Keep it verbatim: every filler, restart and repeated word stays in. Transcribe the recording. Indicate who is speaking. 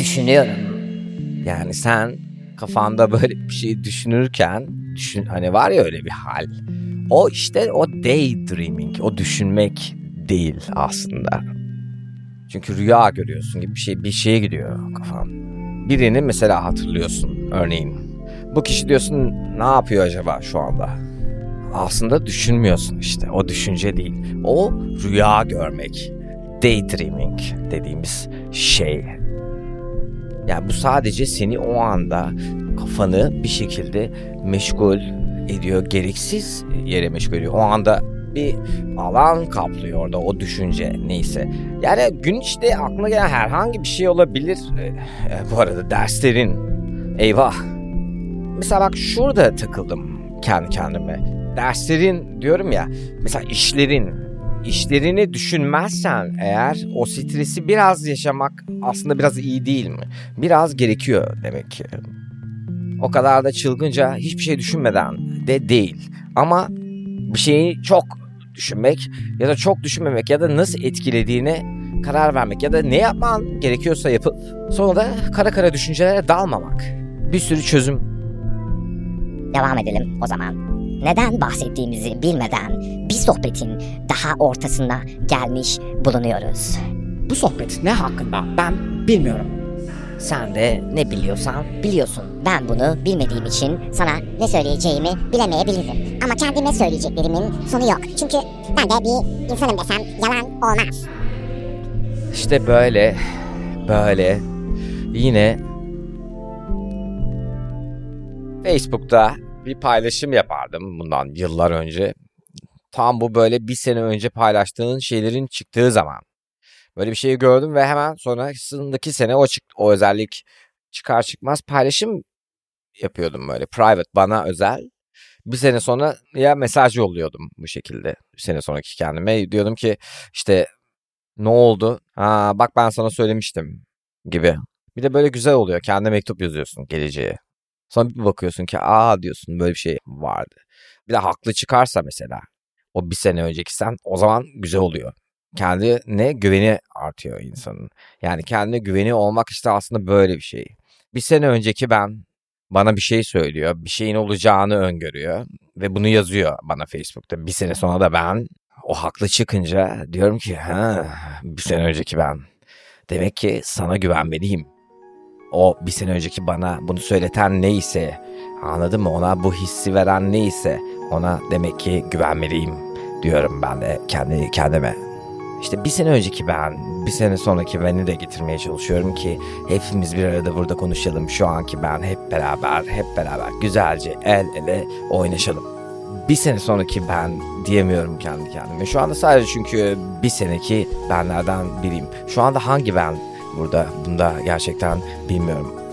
Speaker 1: düşünüyorum.
Speaker 2: Yani sen kafanda böyle bir şey düşünürken, düşün, hani var ya öyle bir hal. O işte o daydreaming, o düşünmek değil aslında. Çünkü rüya görüyorsun gibi bir şey, bir şeye gidiyor kafan. Birini mesela hatırlıyorsun örneğin. Bu kişi diyorsun ne yapıyor acaba şu anda? Aslında düşünmüyorsun işte, o düşünce değil. O rüya görmek, daydreaming dediğimiz şey. Yani bu sadece seni o anda kafanı bir şekilde meşgul ediyor, gereksiz yere meşgul ediyor. O anda bir alan kaplıyor orada o düşünce neyse. Yani gün işte aklına gelen herhangi bir şey olabilir. Ee, bu arada derslerin, eyvah. Mesela bak şurada takıldım kendi kendime. Derslerin diyorum ya, mesela işlerin. İşlerini düşünmezsen eğer o stresi biraz yaşamak aslında biraz iyi değil mi? Biraz gerekiyor demek ki. O kadar da çılgınca hiçbir şey düşünmeden de değil. Ama bir şeyi çok düşünmek ya da çok düşünmemek ya da nasıl etkilediğine karar vermek ya da ne yapman gerekiyorsa yapıp sonra da kara kara düşüncelere dalmamak. Bir sürü çözüm.
Speaker 1: Devam edelim o zaman. Neden bahsettiğimizi bilmeden bir sohbetin daha ortasına gelmiş bulunuyoruz.
Speaker 3: Bu sohbet ne hakkında ben bilmiyorum.
Speaker 1: Sen de ne biliyorsan biliyorsun. Ben bunu bilmediğim için sana ne söyleyeceğimi bilemeyebilirim.
Speaker 4: Ama kendime söyleyeceklerimin sonu yok. Çünkü ben de bir insanım desem yalan olmaz.
Speaker 2: İşte böyle, böyle yine Facebook'ta bir paylaşım yapardım bundan yıllar önce. Tam bu böyle bir sene önce paylaştığın şeylerin çıktığı zaman. Böyle bir şeyi gördüm ve hemen sonrasındaki sene o çıktı. O özellik çıkar çıkmaz paylaşım yapıyordum böyle. Private, bana özel. Bir sene sonra ya mesaj yolluyordum bu şekilde. Bir sene sonraki kendime diyordum ki işte ne oldu? Ha, bak ben sana söylemiştim gibi. Bir de böyle güzel oluyor. Kendine mektup yazıyorsun geleceğe. Sonra bir bakıyorsun ki aa diyorsun böyle bir şey vardı. Bir de haklı çıkarsa mesela o bir sene önceki sen, o zaman güzel oluyor. Kendine güveni artıyor insanın. Yani kendine güveni olmak işte aslında böyle bir şey. Bir sene önceki ben bana bir şey söylüyor. Bir şeyin olacağını öngörüyor. Ve bunu yazıyor bana Facebook'ta. Bir sene sonra da ben o haklı çıkınca diyorum ki ha, bir sene önceki ben. Demek ki sana güvenmeliyim. O bir sene önceki bana bunu söyleten neyse, anladın mı? Ona bu hissi veren neyse ona demek ki güvenmeliyim diyorum ben de kendi kendime. İşte bir sene önceki ben, bir sene sonraki beni de getirmeye çalışıyorum ki hepimiz bir arada burada konuşalım. Şu anki ben hep beraber, hep beraber güzelce el ele oynaşalım. Bir sene sonraki ben diyemiyorum kendi kendime. Şu anda sadece çünkü bir seneki benlerden biriyim. Şu anda hangi ben burada, bunda gerçekten bilmiyorum.